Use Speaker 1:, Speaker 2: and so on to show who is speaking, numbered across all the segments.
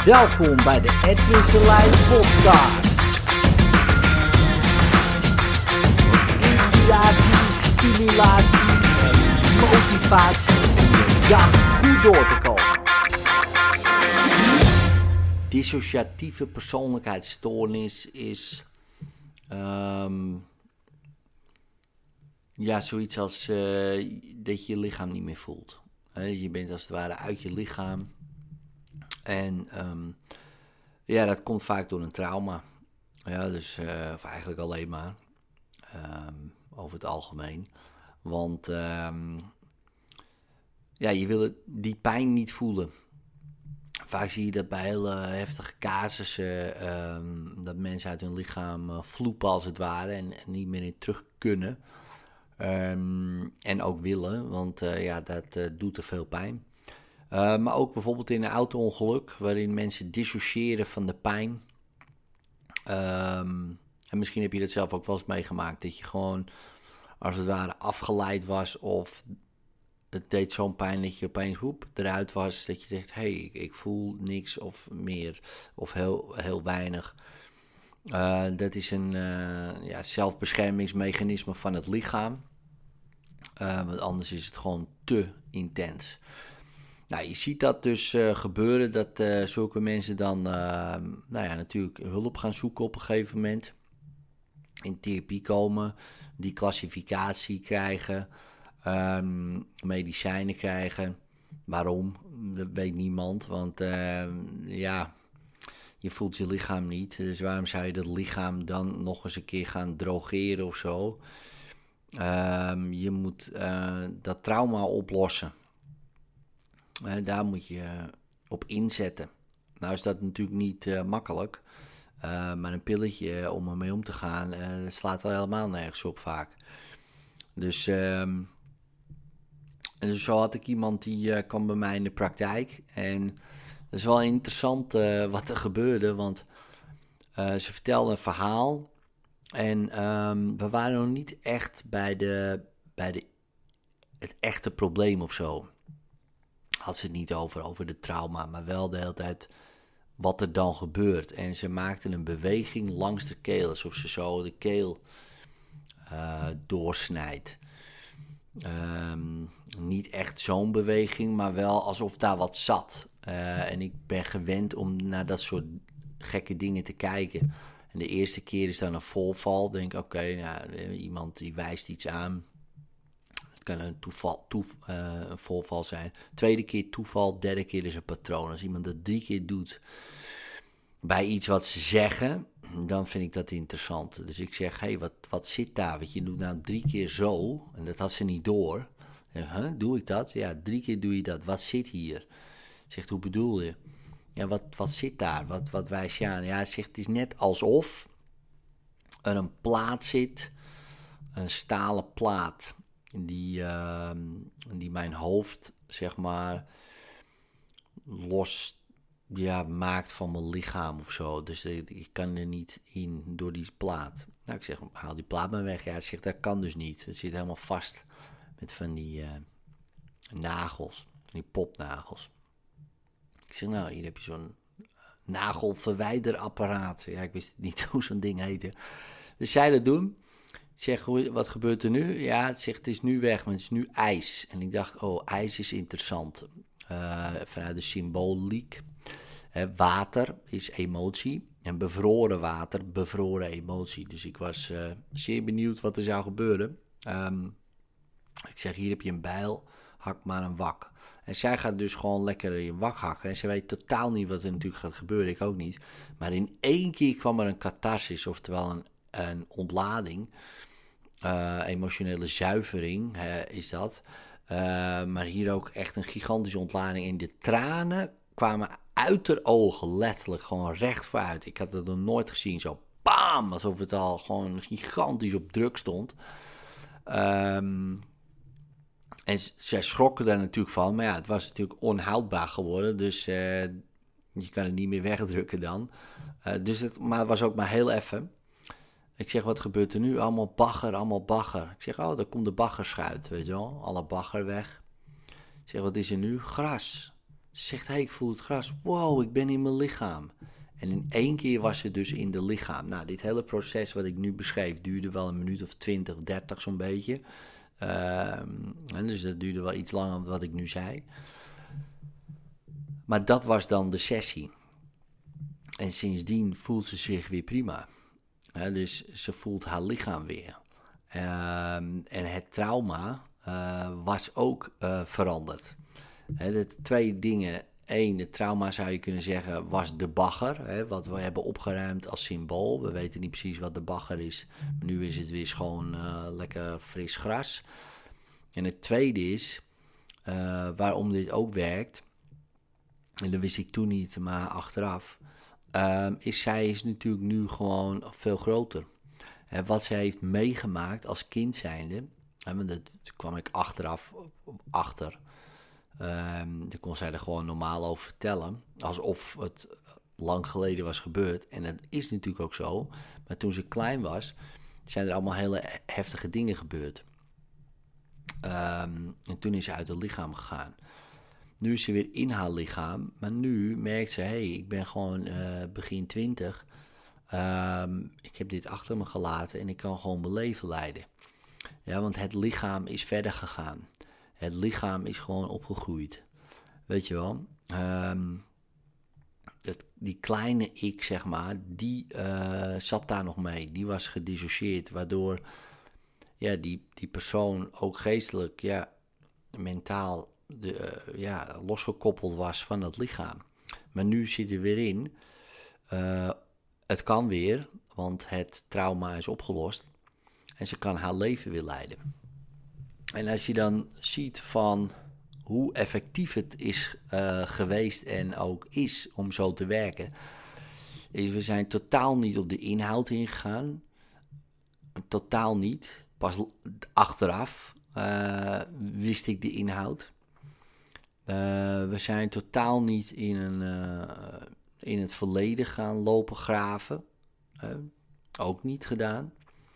Speaker 1: Welkom bij de Edwin Selijn podcast. Inspiratie, stimulatie en motivatie om de dag goed door te komen. Dissociatieve persoonlijkheidsstoornis is zoiets als dat je je lichaam niet meer voelt. Je bent als het ware uit je lichaam. En dat komt vaak door een trauma. Ja, dus, of eigenlijk alleen maar. Over het algemeen. Want je wil die pijn niet voelen. Vaak zie je dat bij hele heftige casussen, dat mensen uit hun lichaam vloepen als het ware en niet meer in terug kunnen. En ook willen, want dat doet te veel pijn. Maar ook bijvoorbeeld in een auto-ongeluk, waarin mensen dissociëren van de pijn. En misschien heb je dat zelf ook wel eens meegemaakt, dat je gewoon als het ware afgeleid was of het deed zo'n pijn dat je opeens eruit was. Dat je denkt, ik voel niks of meer of heel weinig. Dat is een zelfbeschermingsmechanisme van het lichaam. Want anders is het gewoon te intens. Nou, je ziet dat dus gebeuren, dat zulke mensen dan natuurlijk hulp gaan zoeken op een gegeven moment. In therapie komen, die klassificatie krijgen, medicijnen krijgen. Waarom? Dat weet niemand, want je voelt je lichaam niet. Dus waarom zou je dat lichaam dan nog eens een keer gaan drogeren of zo? Je moet dat trauma oplossen. Daar moet je op inzetten. Nou is dat natuurlijk niet makkelijk. Maar een pilletje om ermee om te gaan slaat al helemaal nergens op vaak. Dus zo had ik iemand die kwam bij mij in de praktijk. En dat is wel interessant wat er gebeurde. Want ze vertelde een verhaal. En we waren nog niet echt bij het echte probleem of zo. Had ze het niet over de trauma, maar wel de hele tijd wat er dan gebeurt. En ze maakte een beweging langs de keel, alsof ze zo de keel doorsnijdt. Niet echt zo'n beweging, maar wel alsof daar wat zat. En ik ben gewend om naar dat soort gekke dingen te kijken. En de eerste keer is dan een voorval. Denk ik, iemand die wijst iets aan. Het kan een een voorval zijn. Tweede keer toeval, derde keer is een patroon. Als iemand dat 3 keer doet bij iets wat ze zeggen, dan vind ik dat interessant. Dus ik zeg, wat zit daar? Want je doet nou 3 keer zo, en dat had ze niet door. Doe ik dat? Ja, 3 keer doe je dat. Wat zit hier? Zegt, hoe bedoel je? Ja, wat zit daar? Wat wijs je aan? Ja, hij zegt, het is net alsof er een plaat zit, een stalen plaat, die mijn hoofd, zeg maar, los maakt van mijn lichaam of zo. Dus ik kan er niet in door die plaat. Nou, ik zeg, haal die plaat maar weg. Ja, hij zegt, dat kan dus niet. Het zit helemaal vast met van die nagels, van die popnagels. Ik zeg, nou, hier heb je zo'n nagelverwijderapparaat. Ja, ik wist niet hoe zo'n ding heette. Dus zij dat doen. Ik zeg, wat gebeurt er nu? Ja, het zegt, het is nu weg, maar het is nu ijs. En ik dacht, ijs is interessant. Vanuit de symboliek. Water is emotie. En bevroren water, bevroren emotie. Dus ik was zeer benieuwd wat er zou gebeuren. Ik zeg, hier heb je een bijl, hak maar een wak. En zij gaat dus gewoon lekker in wak hakken. En ze weet totaal niet wat er natuurlijk gaat gebeuren. Ik ook niet. Maar in 1 keer kwam er een catharsis, oftewel een ontlading. Emotionele zuivering is dat. Maar hier ook echt een gigantische ontlading. En de tranen kwamen uit haar ogen, letterlijk gewoon recht vooruit. Ik had het nog nooit gezien, zo bam, alsof het al gewoon gigantisch op druk stond. En zij schrokken daar natuurlijk van, maar ja, het was natuurlijk onhoudbaar geworden, dus je kan het niet meer wegdrukken dan. Maar het was ook maar heel even. Ik zeg, wat gebeurt er nu? Allemaal bagger. Ik zeg, daar komt de baggerschuit, weet je wel. Alle bagger weg. Ik zeg, wat is er nu? Gras. Ze zegt, hey, ik voel het gras. Wow, ik ben in mijn lichaam. En in 1 keer was ze dus in de lichaam. Nou, dit hele proces wat ik nu beschreef duurde wel een minuut of 20, 30 zo'n beetje. En dus dat duurde wel iets langer dan wat ik nu zei. Maar dat was dan de sessie. En sindsdien voelt ze zich weer prima. Dus ze voelt haar lichaam weer. En het trauma was ook veranderd. De 2 dingen. 1, het trauma zou je kunnen zeggen was de bagger. Wat we hebben opgeruimd als symbool. We weten niet precies wat de bagger is. Maar nu is het weer gewoon lekker fris gras. En het tweede is, waarom dit ook werkt. En dat wist ik toen niet, maar achteraf. Zij is natuurlijk nu gewoon veel groter. Wat zij heeft meegemaakt als kind zijnde, want dat kwam ik achteraf achter. Dan kon zij er gewoon normaal over vertellen, alsof het lang geleden was gebeurd. En dat is natuurlijk ook zo. Maar toen ze klein was, zijn er allemaal hele heftige dingen gebeurd. En toen is ze uit het lichaam gegaan. Nu is ze weer in haar lichaam, maar nu merkt ze, hey, ik ben gewoon begin 20. Ik heb dit achter me gelaten en ik kan gewoon mijn leven leiden. Ja, want het lichaam is verder gegaan. Het lichaam is gewoon opgegroeid. Weet je wel? Die kleine ik, zeg maar, die zat daar nog mee. Die was gedissocieerd, waardoor die persoon ook geestelijk, mentaal losgekoppeld was van het lichaam. Maar nu zit er weer in. Het kan weer, want het trauma is opgelost. En ze kan haar leven weer leiden. En als je dan ziet van hoe effectief het is geweest en ook is om zo te werken. We zijn totaal niet op de inhoud ingegaan. Totaal niet. Pas achteraf wist ik de inhoud. We zijn totaal niet in het verleden gaan lopen graven. Ook niet gedaan.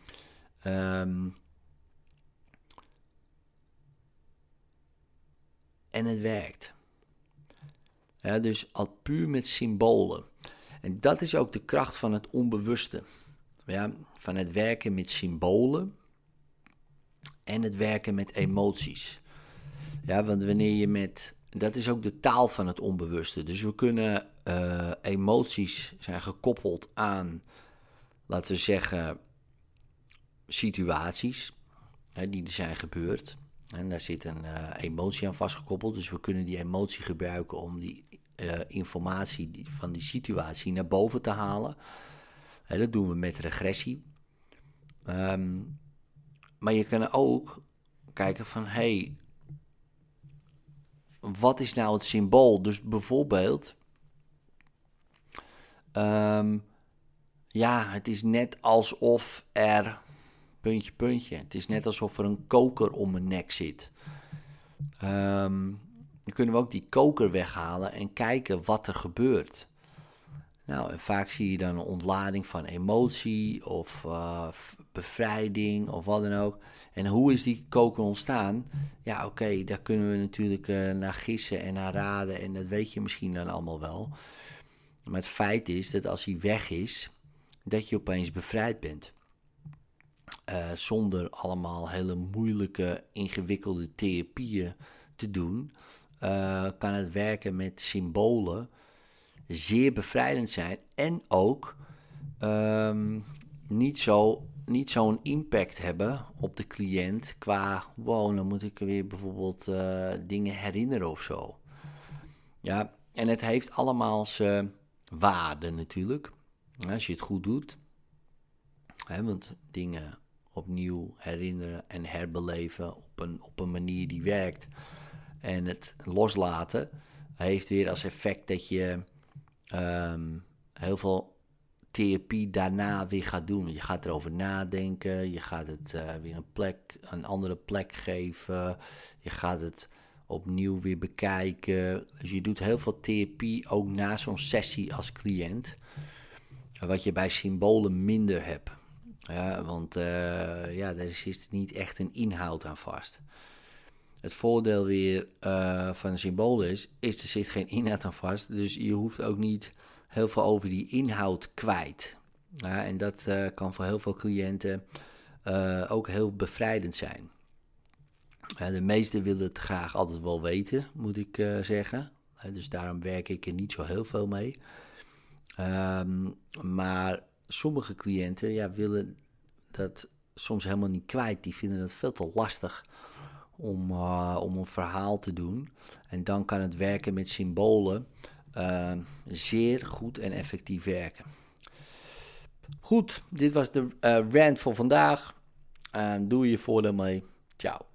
Speaker 1: En het werkt. Dus al puur met symbolen. En dat is ook de kracht van het onbewuste. Van het werken met symbolen en het werken met emoties. Want wanneer je dat is ook de taal van het onbewuste. Dus we kunnen emoties zijn gekoppeld aan, laten we zeggen, situaties die er zijn gebeurd. En daar zit een emotie aan vastgekoppeld. Dus we kunnen die emotie gebruiken om die informatie van die situatie naar boven te halen. Dat doen we met regressie. Maar je kan ook kijken van, wat is nou het symbool? Dus bijvoorbeeld, het is net alsof er, puntje. Het is net alsof er een koker om mijn nek zit. Dan kunnen we ook die koker weghalen en kijken wat er gebeurt. Nou, en vaak zie je dan een ontlading van emotie of bevrijding of wat dan ook. En hoe is die koker ontstaan? Ja, daar kunnen we natuurlijk naar gissen en naar raden en dat weet je misschien dan allemaal wel. Maar het feit is dat als hij weg is, dat je opeens bevrijd bent. Zonder allemaal hele moeilijke, ingewikkelde therapieën te doen, kan het werken met symbolen zeer bevrijdend zijn en ook niet zo'n impact hebben op de cliënt qua, wow, dan moet ik weer bijvoorbeeld dingen herinneren of zo. Ja, en het heeft allemaal zijn waarde natuurlijk, als je het goed doet. Want dingen opnieuw herinneren en herbeleven op een manier die werkt. En het loslaten heeft weer als effect dat je heel veel therapie daarna weer gaat doen. Je gaat erover nadenken, je gaat het weer een andere plek geven, je gaat het opnieuw weer bekijken. Dus je doet heel veel therapie ook na zo'n sessie als cliënt, wat je bij symbolen minder hebt. Want daar is niet echt een inhoud aan vast. Het voordeel weer van een symbool is, er zit geen inhoud aan vast. Dus je hoeft ook niet heel veel over die inhoud kwijt. Ja, en dat kan voor heel veel cliënten ook heel bevrijdend zijn. De meesten willen het graag altijd wel weten, moet ik zeggen. Dus daarom werk ik er niet zo heel veel mee. Maar sommige cliënten willen dat soms helemaal niet kwijt. Die vinden het veel te lastig om een verhaal te doen. En dan kan het werken met symbolen zeer goed en effectief werken. Goed, dit was de rant voor vandaag. Doe je voordeel mee. Ciao.